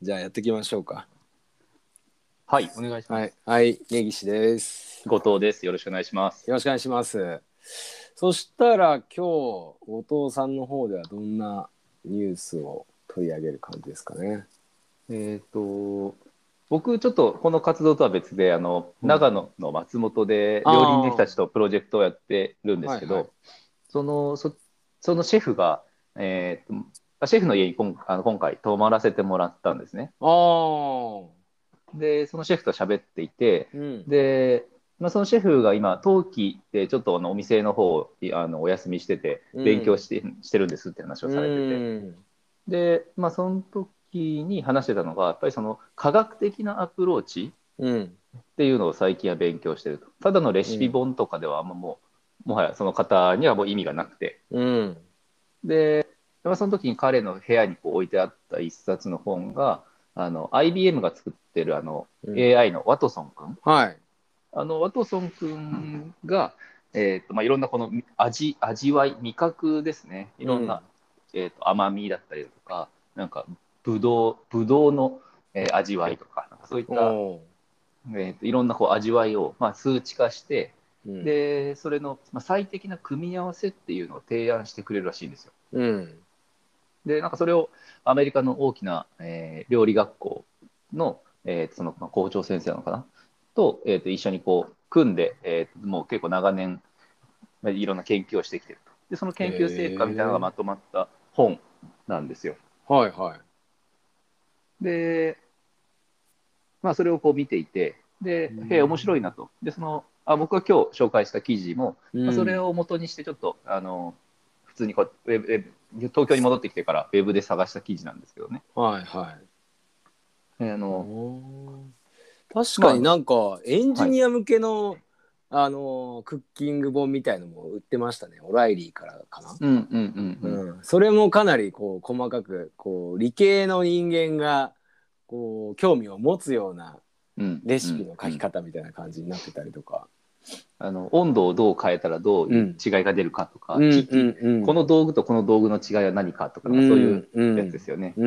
じゃあやっていきましょうか。 はい、お願いします。 はい、はい、根岸です。 後藤です。よろしくお願いします。 よろしくお願いします。そしたら今日後藤さんの方ではどんなニュースを取り上げる感じですかね。 えっと、僕ちょっとこの活動とは別で、 うん、 長野の松本であ料理人の人あ、 たちとプロジェクトをやってるんではいはい。 すけど、その、そ、そのシェフが、えーシェフの家に今回泊まらせてもらったんですね。 ああ、 で、そのシェフと喋っていて、 うん、 で、そのシェフが今、冬季でちょっとお店の方をお休みしてて、 うん、 勉強してるんですって話うをされてて、 ん、 で、その時に話してたのが、やっぱりその科学的なアプローチうん、 っていうのを最近は勉強してると。ただのレシピうん、 本とかではもはやその方にはもう意味がなくて。 うん、 で、その時に彼の部屋にこう置いてあった一冊の本が、IBM が作ってるうん、 AI のワトソン君。 はい、 ワトソン君が、いろんなこの味わい、味覚ですね。いろんな、 うん、 甘みだったりだとか、なんか、ぶどうの、味わいとか、なんかそういっおた、 お、 いろんなこう味わいを、数値化して、 うん、 で、それの、最適な組み合わせっていうのを提案してくれるらしいんですよ。 うん、 で、なんかそれをアメリカの大きな、料理学校の、その校長先生なのかなと、一緒にこう組んで、もう結構長年、いろんな研究をしてきていると。で、そのへ研究成果みたいなのがまえ、 とまった本なんですよ。 はいはい、 で、それをこう見ていて、 うで、へえ、面白いなん、 と。で、僕が今日紹介した記事も、 うん、 それを元にしてちょっと、普通にこう東京に戻ってきてからウェブで探した記事なんですけどね。 はいはい。おあの、 ー、確かまあ、 になんかエンジはい。 ニア向けの、クッキング本みたいのも売ってましたね。オライリーからかな。 うんうんうんうん。 うん、それもかなりこう細かくこう理系の人間がこう興味を持つようなうんレシピうんうん。 の書き方みたいな感じになってたりとか。 温度をどう変えたらどういううん、 違いが出るかとか、 うんうんうこんの道具とこの道具の違いは何かとか、 うなんかそういうんうやつでんすよね。 うん。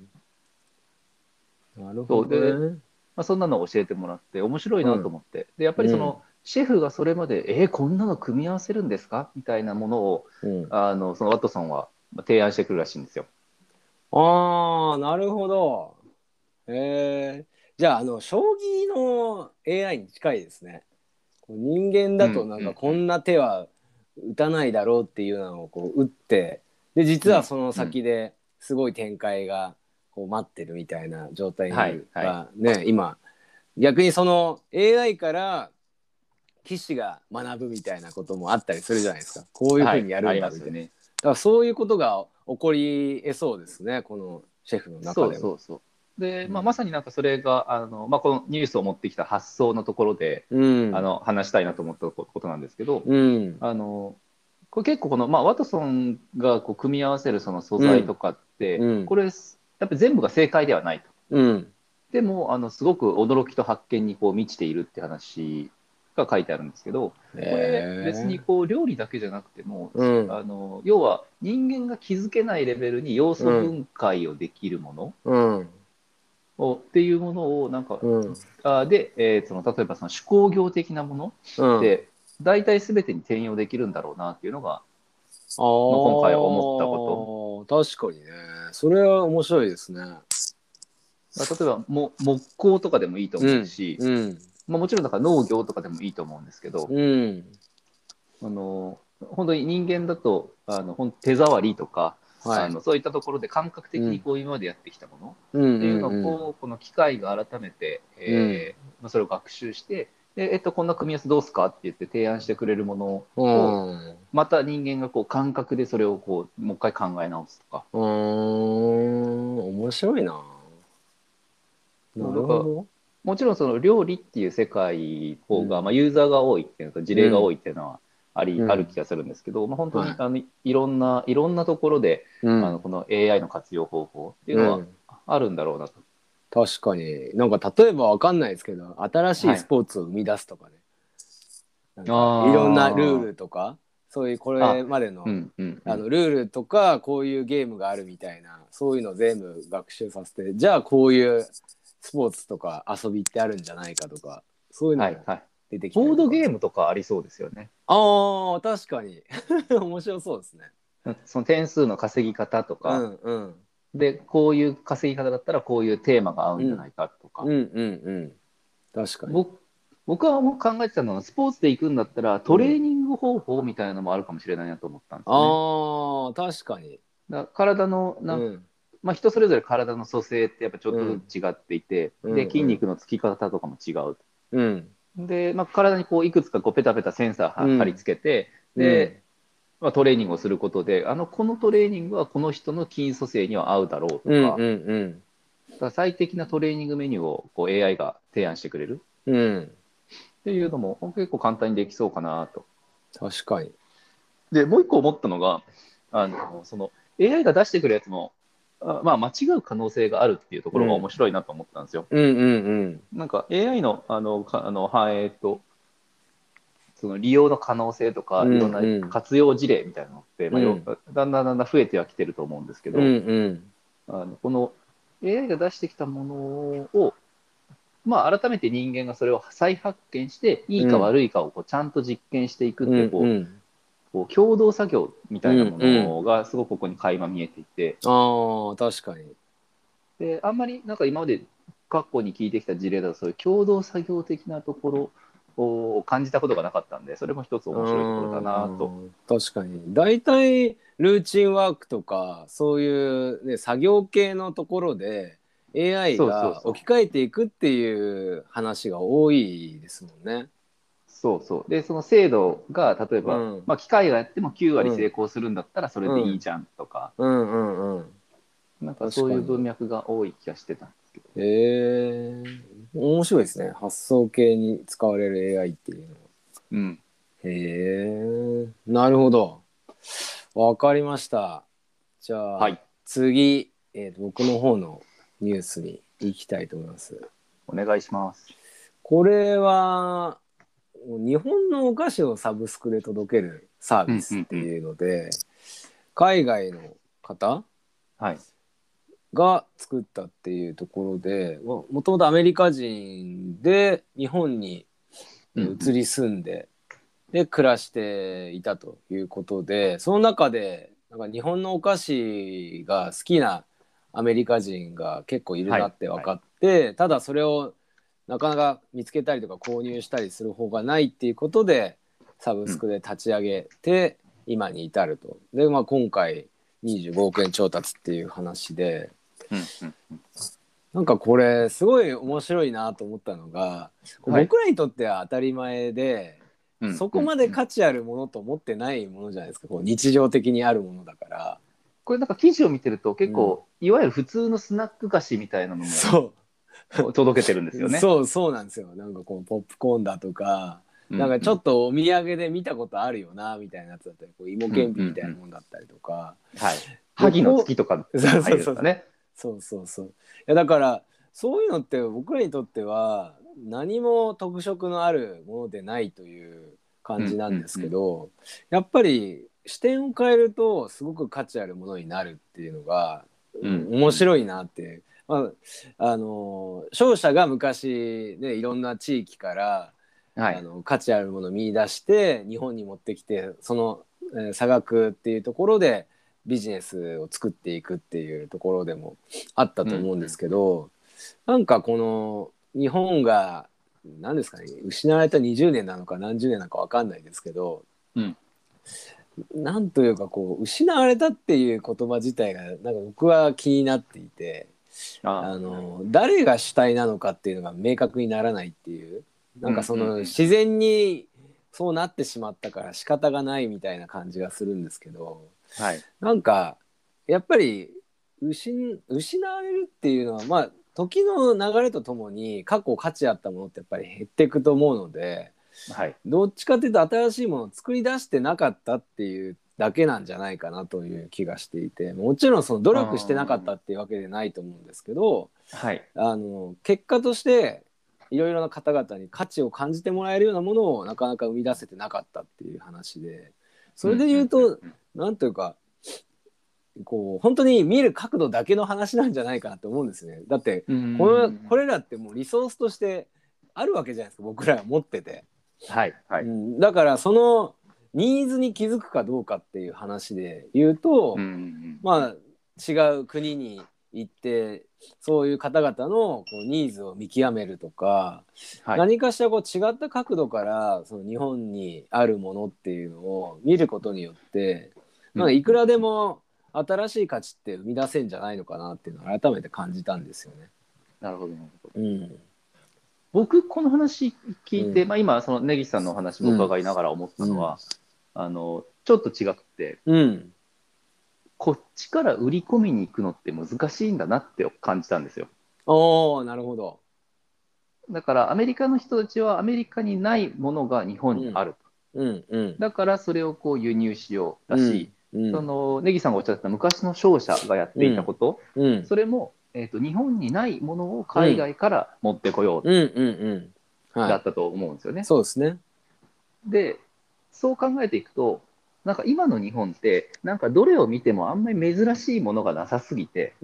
なるほそうで、 どね。 そんなのを教えてもらって面白いなとうん思って。で、やっぱりそのうんシェフがそれまで、こんなの組み合わせるんですかみたいなものを、 うん。 そのワトソンは提案してくるらしいんですよ。 ああ、なるほど。へえ。じゃあ、将棋の AI に近いですね。こう人間だとうんなんかうんうんこんな手は打たないだろうっていうのをこう打って、で、実うんはそのうん。 先ですごい展開がこう待ってるみたいな状態はいはいがね、今、逆にその AI から棋士が学ぶみたいなこともあったりするじゃないですか。こういうふはいうにやるありんだみたいな。 ますよね。 だからそういうことが起こり得そうですね、このシェフの中そうでも。 そうそう。で、 うん。 まさになんかそれが、このニュースを持ってきた発想のところで、 うん。 話したいなと思ったことなんですけど、 うん。 あの、これ結構この、ワトソンがこう組み合わせるその素うん。 材とかって、 うん。 これ、やっぱり全部が正解ではないと。 うん。 でも、すごく驚きと発見にこう満ちているって話が書いてあるんですけど、これ別にええ、 こう料理だけじゃなくても、 うん。 要は人間が気づけないレベルに要素うん。 分解をできるものうん。 っていうものをなんか、 うん。 で、例えばその手工業的なものうん。 で大体全てに転用できるんだろうなっていうのが、今あ回思ったこと。 あ、確かにね。それは面白いですね。 例えば木工とかでもいいとうん。 思うし、 うん。 もちろんだから農業とかでもいいと思うんですけど、 うん。 本当に人間だと手触りとかはい。 そういったところで感覚的にうん。 こう今までやってきたものうん。 っていうのうん。 をこの機械が改めて、 うん。 それを学習してで、こんな組み合わせどうすかって言って提案してくれるものうをん。 また人間がこう感覚でそれをこうもう一回考え直すとか。 うーん。面白いな。なそうだからるほど。 もちろんその料理っていう世界方が、 うん。 ユーザーが多いっていうのと事例が多うん。 いっていうのはうん。 ある気がするんですけど、本当にはい。 いろんなところでうん。 この AI の活用方法っていうのはうん。 あるんだろうなと。 確かに。なんか例えばわかんないですけど、新しいはい。 スポーツを生み出すとかね。なんかいろんなルーあルとか、 そういうこれまでのルールとかこういうゲームがあるみたいな、そういうの全部学習させて、じゃあこういうスポーツとか遊びってあるんじゃないかとか、そういうのも出てきたりとか。 ボードゲームとかありそうですよね。 ああ、確かに面白そうですね。 その点数の稼ぎ方とか、でこういう稼ぎ方だったらこういうテーマが合うんじゃないかとか。 確かに。 僕はもう考えてたのは、スポーツで行くんだったらトレーニング方法みたいなのもあるかもしれないなと思ったんですよね。 ああ、確かに。 体の人それぞれ体の組成ってやっぱちょっとずつ違っていて、で筋肉のつき方とかも違う。で、体にこういくつかこうペタペタセンサー貼り付けて、で、トレーニングをすることで、このトレーニングはこの人の筋組成には合うだろうとか、だから最適なトレーニングメニューをこう AI が提案してくれるっていうのも結構簡単にできそうかなと。 確かに。 で、もう一個思ったのが、その AI が出してくるやつも、間違う可能性があるっていうところが面白いなと思ったんですよ。なんか AI のその利用の可能性とか、いろんな活用事例みたいなのって、だんだん増えてはきてると思うんですけど、この AI が出してきたものを、改めて人間がそれを再発見して、いいか悪いかをこうちゃんと実験していくってこう共同作業みたいなものがすごくここに垣間見えていて、 確かに。 であんまりなんか今まで過去に聞いてきた事例だと、そういう共同作業的なところを感じたことがなかったんで、それも一つ面白いところだなと。 確かに。大体ルーチンワークとかそういう、ね、作業系のところで AI が置き換えていくっていう話が多いですもんね。 そうそう。で、その精度が例えば、機械がやっても9割成功するんだったらそれでいいじゃんとか、なんかそういう文脈が多い気がしてたんですけど。 面白いですね。発想系に使われる AI っていうのは。なるほど。わかりました。じゃあ、次、僕の方のニュースに行きたいと思います。 お願いします。 これは日本のお菓子をサブスクで届けるサービスっていうので、海外の方が作ったっていうところで、もともとアメリカ人で日本に移り住んで、で暮らしていたということで、その中でなんか日本のお菓子が好きなアメリカ人が結構いるなって分かって、ただそれをなかなか見つけたりとか購入したりする方がないっていうことでサブスクで立ち上げて今に至ると。で、今回25億円調達っていう話で、なんかこれすごい面白いなと思ったのが、僕らにとっては当たり前で、そこまで価値あるものと思ってないものじゃないですか。こう日常的にあるものだから。 これなんか記事を見てると結構、いわゆる普通のスナック菓子みたいなのも届けてるんですよね。 そうなんですよ。なんかこうポップコーンだとか、なんかちょっとお土産で見たことあるよなみたいなやつだったり、こう芋けんぴみたいなもんだったりとか、 萩の月とか入るんですね。 そういやだからそういうのって僕らにとっては何も特色のあるものでないという感じなんですけど、やっぱり視点を変えるとすごく価値あるものになるっていうのが、面白いなって。商社が昔、ね、いろんな地域から、価値あるものを見出して日本に持ってきて、その、差額っていうところでビジネスを作っていくっていうところでもあったと思うんですけど、なんかこの日本が何ですかね、失われた20年なのか何十年なのか分かんないですけど、なんというかこう失われたっていう言葉自体がなんか僕は気になっていて、誰が主体なのかっていうのが明確にならないっていう、なんかその自然にそうなってしまったから仕方がないみたいな感じがするんですけど、なんかやっぱり失われるっていうのは時の流れとともに過去価値あったものってやっぱり減っていくと思うので、どっちかというと新しいものを作り出してなかったっていうだけなんじゃないかなという気がしていて、もちろんその努力してなかったっていうわけでないと思うんですけど、結果としていろいろな方々に価値を感じてもらえるようなものをなかなか生み出せてなかったっていう話で、 それで言うと、なんというかこう本当に見る角度だけの話なんじゃないかなと思うんですね。だってこれらってもうリソースとしてあるわけじゃないですか、僕らが持ってて。 はいはい。 だからそのニーズに気づくかどうかっていう話で言うと、まあ違う国に行ってそういう方々のこうニーズを見極めるとか、 はい、 何かしらこう違った角度からその日本にあるものっていうのを見ることによって、いくらでも新しい価値って生み出せんじゃないのかなっていうのを改めて感じたんですよね。 なるほどなるほど。 うん、 僕この話聞いて、 うん、 今その根岸さんのお話を伺いながら思ったのは、ちょっと違くて、こっちから売り込みに行くのって難しいんだなって感じたんですよ。 おー、なるほど。 だからアメリカの人たちはアメリカにないものが日本にあると。だからそれをこう輸入しようだし、その根岸さんがおっしゃった昔の商社がやっていたこと、それも、日本にないものを海外から持ってこようだったと思うんですよね。 そうですね。 で、そう考えていくと、なんか今の日本ってなんかどれを見てもあんまり珍しいものがなさすぎて、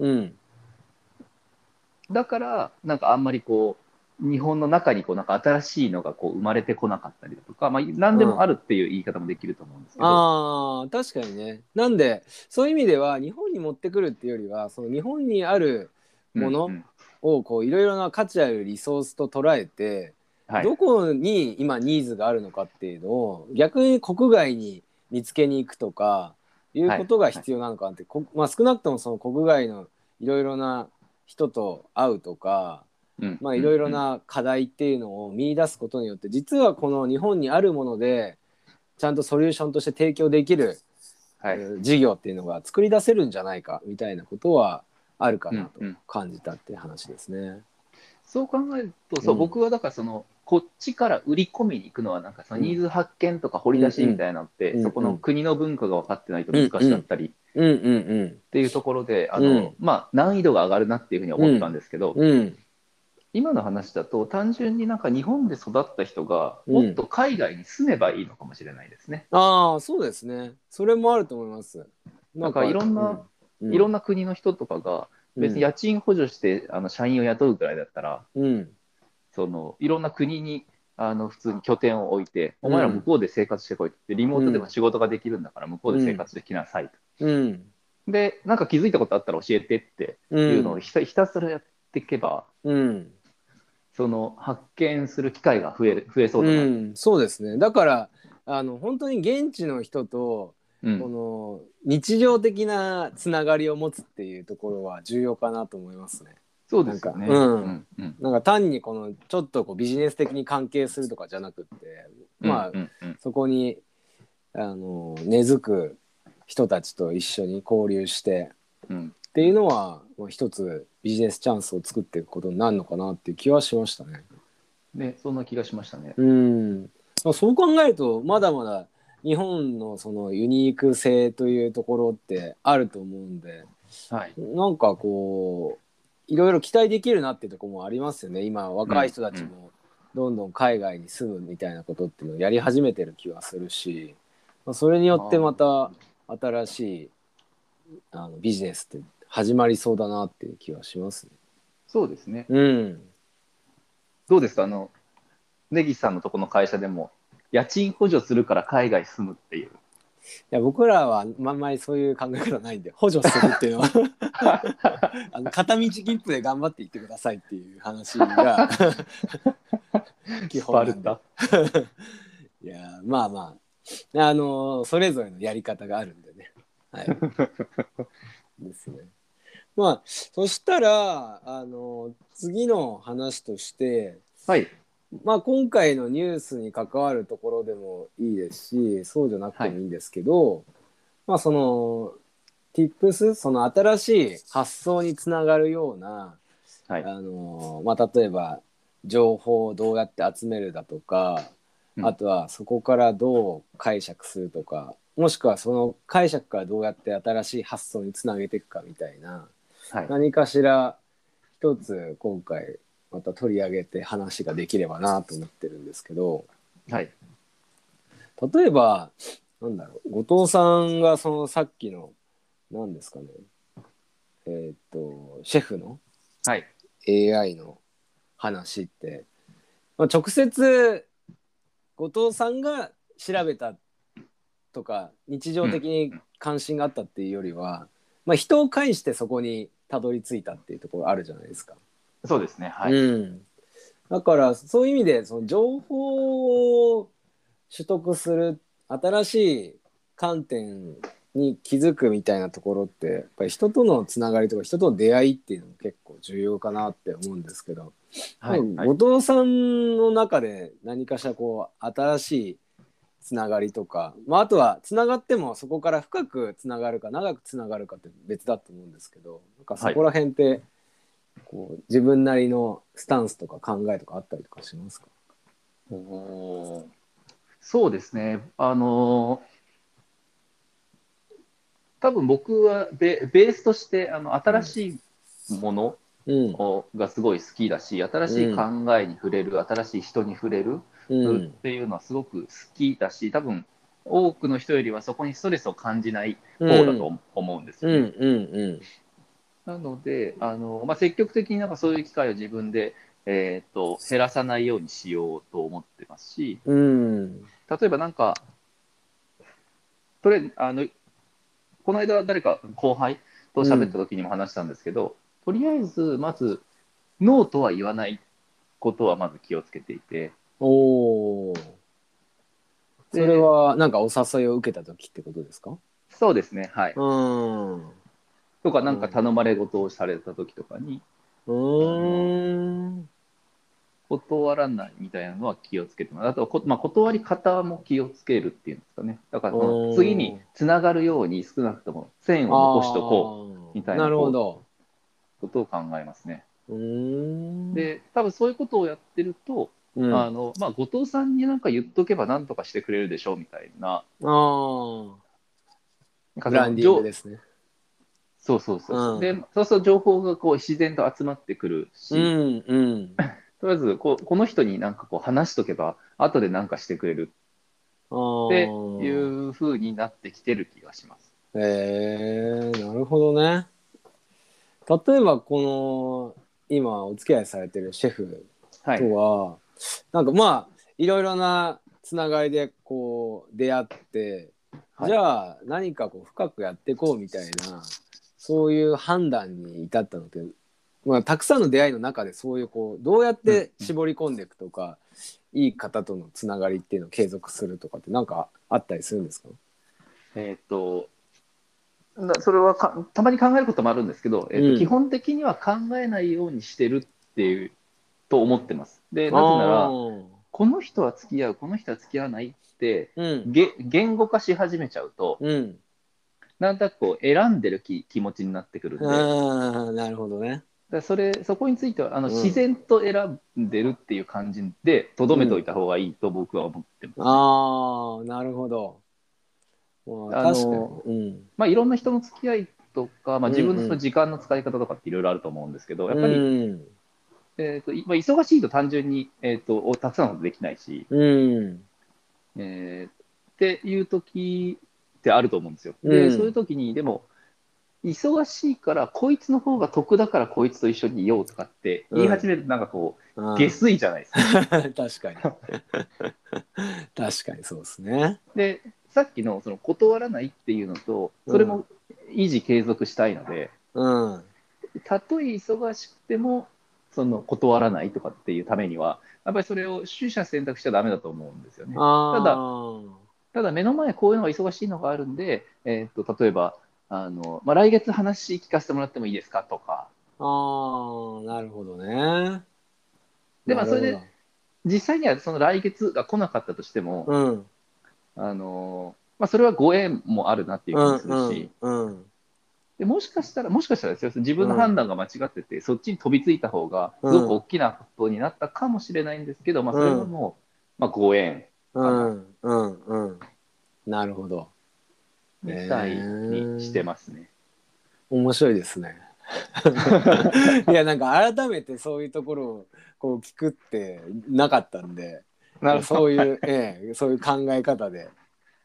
だからなんかあんまりこう日本の中にこうなんか新しいのがこう生まれてこなかったりだとか、何でもあるっていう言い方もできると思うんですけど、 確かにね。なんでそういう意味では日本に持ってくるっていうよりはその日本にあるものをこういろいろな価値あるリソースと捉えて、どこに今ニーズがあるのかっていうのを逆に国外に見つけに行くとかいうことが必要なのかなって、少なくともその国外のいろいろな人と会うとか、いろいろな課題っていうのを見出すことによって実はこの日本にあるものでちゃんとソリューションとして提供できる、事業っていうのが作り出せるんじゃないかみたいなことはあるかなと感じたっていう話ですね。 そう考えると、僕はだからそのこっちから売り込みに行くのはなんかそのニーズ発見とか掘り出しみたいなのって、そこの国の文化が分かってないと難しかったりっていうところで難易度が上がるなっていうふうに思ったんですけど、今の話だと単純になんか日本で育った人がもっと海外に住めばいいのかもしれないですね。 そうですね。それもあると思います。 なんかいろんな国の人とかが別に家賃補助して社員を雇うぐらいだったら、そのいろんな国に普通に拠点を置いて、お前ら向こうで生活してこいって、リモートでも仕事ができるんだから向こうで生活できなさいと。で、なんか気づいたことあったら教えてっていうのをひたすらやっていけば、その発見する機会が増えそうだな、 そうですね。だから本当に現地の人と、この日常的なつながりを持つっていうところは重要かなと思いますね。 そうですよね。 なんか単にこのちょっとこうビジネス的に関係するとかじゃなくって、そこに根付く人たちと一緒に交流して、っていうのは一つビジネスチャンスを作っていくことになるのかなっていう気はしましたね。 そんな気がしましたね。 そう考えるとまだまだ日本のそのユニーク性というところってあると思うんで、なんかこういろいろ期待できるなっていうところもありますよね。今若い人たちもどんどん海外に住むみたいなことっていうのをやり始めてる気はするし、それによってまた新しいビジネスって始まりそうだなっていう気はしますね。 そうですね。どうですか根岸さんのとこの会社でも家賃補助するから海外住むっていう。 いや僕らはあんまりそういう考え方ないんで補助するっていうのは片道切符で頑張って行ってくださいっていう話が基本なんでいやそれぞれのやり方があるんでね、ですね。そしたら次の話として、今回のニュースに関わるところでもいいですしそうじゃなくてもいいんですけど、その Tips その新しい発想につながるような、例えば情報をどうやって集めるだとか、あとはそこからどう解釈するとか、もしくはその解釈からどうやって新しい発想につなげていくかみたいな、何かしら一つ今回また取り上げて話ができればなと思ってるんですけど、例えばなんだろう、後藤さんがそのさっきの何ですかね、シェフのはい。 AI の話って、まあ、直接後藤さんが調べたとか日常うん。 的に関心があったっていうよりは、まあ、人を介してそこにたどり着いたっていうところあるじゃないですか。 そうですね。はい。 うん、だからそういう意味でその情報を取得する新しい観点に気づくみたいなところってやっぱり人とのつながりとか人との出会いっていうのも結構重要かなって思うんですけど、 はい。はい。 後藤さんの中で何かしらこう新しいつながりとか、まあ、あとはつながってもそこから深くつながるか長くつながるかって別だと思うんですけど、なんかそはい。 こら辺ってこう自分なりのスタンスとか考えとかあったりとかしますか？ おー、そうですね。多分僕はベースとして新しいものうんがすごい好きだし、新しい考うんえに触れる、新しい人に触れるうんっていうのはすごく好きだし、多分多くの人よりはそこにストレスを感じないう方だんと思うんですよね。 うんうんなので、積極的になんかそういう機会を自分で、減らさないようにしようと思ってますし、 うん例えばなんか、とりあえずこの間誰か後輩と喋ったうん。 時にも話したんですけど、とりあえずまずノーとは言わないことはまず気をつけていて、 おお。それで、 はなんかお誘いを受けた時ってことですか？ そうですね、はい。 うん。 とか、なんかうん。 頼まれ事をされた時とかに、 うあの、 ーん。 断らないみたいなのは気をつけてます。あとはまあ、断り方も気をつけるっていうんですかね。だからその次におー。 つながるように少なくとも線を残しとこうみああ。なたいなるほど。 ことを考えますね。 うーん。 で、多分そういうことをやってると、 うん。 後藤さんになんか言っとけば何とかしてくれるでしょうみたいな、 ああ。 なんかブランディングですね。 そうそうそうそう。で、 うん。 そうすると情報がこう自然と集まってくるうし、 んうん。 とりあえずこの人になんかこう話しとけば、後でなんかしてくれるあっていあ。 う風になってきてる気がします。 なるほどね。例えばこの今お付き合いされてるシェフはい。 とはなんかまあいろいろなつながりでこう出会ってはい。 じゃあ何かこう深くやっていこうみたいなそういう判断に至ったのって、まあ、たくさんの出会いの中でそういうこうどうやっうん。 て絞り込んでいくとかいい方とのつながりっていうのを継続するとかってなんかあったりするんですか？ えっと、それはたまに考えることもあるんですけど、基うん本的には考えないようにしてるっていう、と思ってます。で、 あなぜなら、 あこの人は付き合う、この人は付き合わないって、 うん言語化し始めちゃうと、 うんなんとなくこう選んでる気持ちになってくるんで、 ああ、なるほどね。 そこについては自うん。 然と選んでるっていう感じで、とどめておいうん。 た方がいいと僕は思ってますね。 ああ、なるほど。まあ、 あ確かに。 の、 うん。 いろんな人の付き合いとか、 うん自分のそのうん。 時間の使い方とかっていろいろあると思うんですけど、やっうぱり、 ん。 忙しいと単純に、たくさんのことできないし、 うん。 っていう時ってあると思うんですよ。 うで、そういうん。 時に、でも、忙しいから、こいつの方が得だからこいつと一緒にいようとかって言いうん。 始めるとなんかこう、下うん。 水じゃないですか。 確かに。確かにそうですね。 で、さっきのその断らないっていうのと、 うん。 それも維持継続したいので、 うん。 たとえ忙しくても、その断らないとかっていうためには、やっぱりそれを取捨選択しちゃダメだと思うんですよね。ただ、 あただ目の前こういうのが忙しいのがあるんで、例えば、来月話聞かせてもらってもいいですかとか、 あ。ああ、なるほどね。 で、それでなるほど。 実際にはその来月が来なかったとしても、 うん。 それはご縁もあるなっていう気もうんするし、 うんうん。 でもしかしたらですよ、自分の判うん。 断が間違ってて、そっちに飛びついた方が、 うすごく大ん。 きなことになったかもしれないんですけど、それはうん。 もう、ご縁うかな、 ん。うんうん。なるほど。 みたいにしてえますね。 面白いですね。いやなんか改めてそういうところをこう聞くってなかったんで、 なるほど。 そういう、そういう考え方で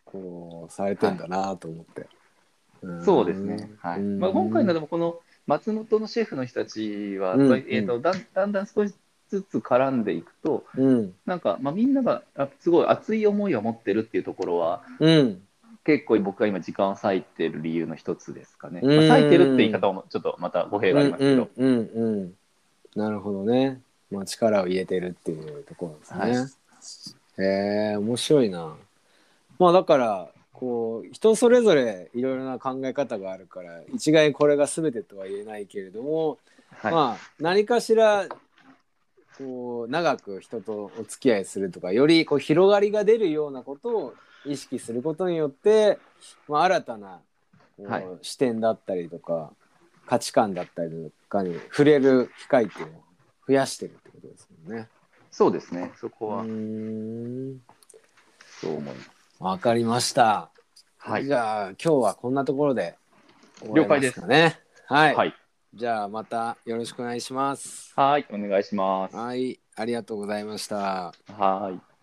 こうされてんだなと思って、 そうですね、はい。まあ、今回のでもこの松本のシェフの人たちは、だんだん少しずつ絡んでいくと、なんか、まあ、みんながすごい熱い思いを持ってるっていうところは、結構僕が今時間を割いてる理由の一つですかね。まあ、割いてるって言い方もちょっとまた語弊がありますけど。 なるほどね。まあ、力を入れてるっていうところですね。へえ、面白いな。まあだからこう人それぞれいろいろな考え方があるから一概にこれが全てとは言えないけれども、まあ何かしらこう長く人とお付き合いするとかよりこう広がりが出るようなことを意識することによって、まあ、新たなこう視点だったりとか価値観だったりとかに触れる機会っていうのを増やしてるってことですもんね。 そうですね、そこはそう思います。わかりました。 はい、 じゃあ今日はこんなところで終わりますかね。はい。はい、じゃあまたよろしくお願いします。 はい、お願いします。 はい、ありがとうございました。 はい。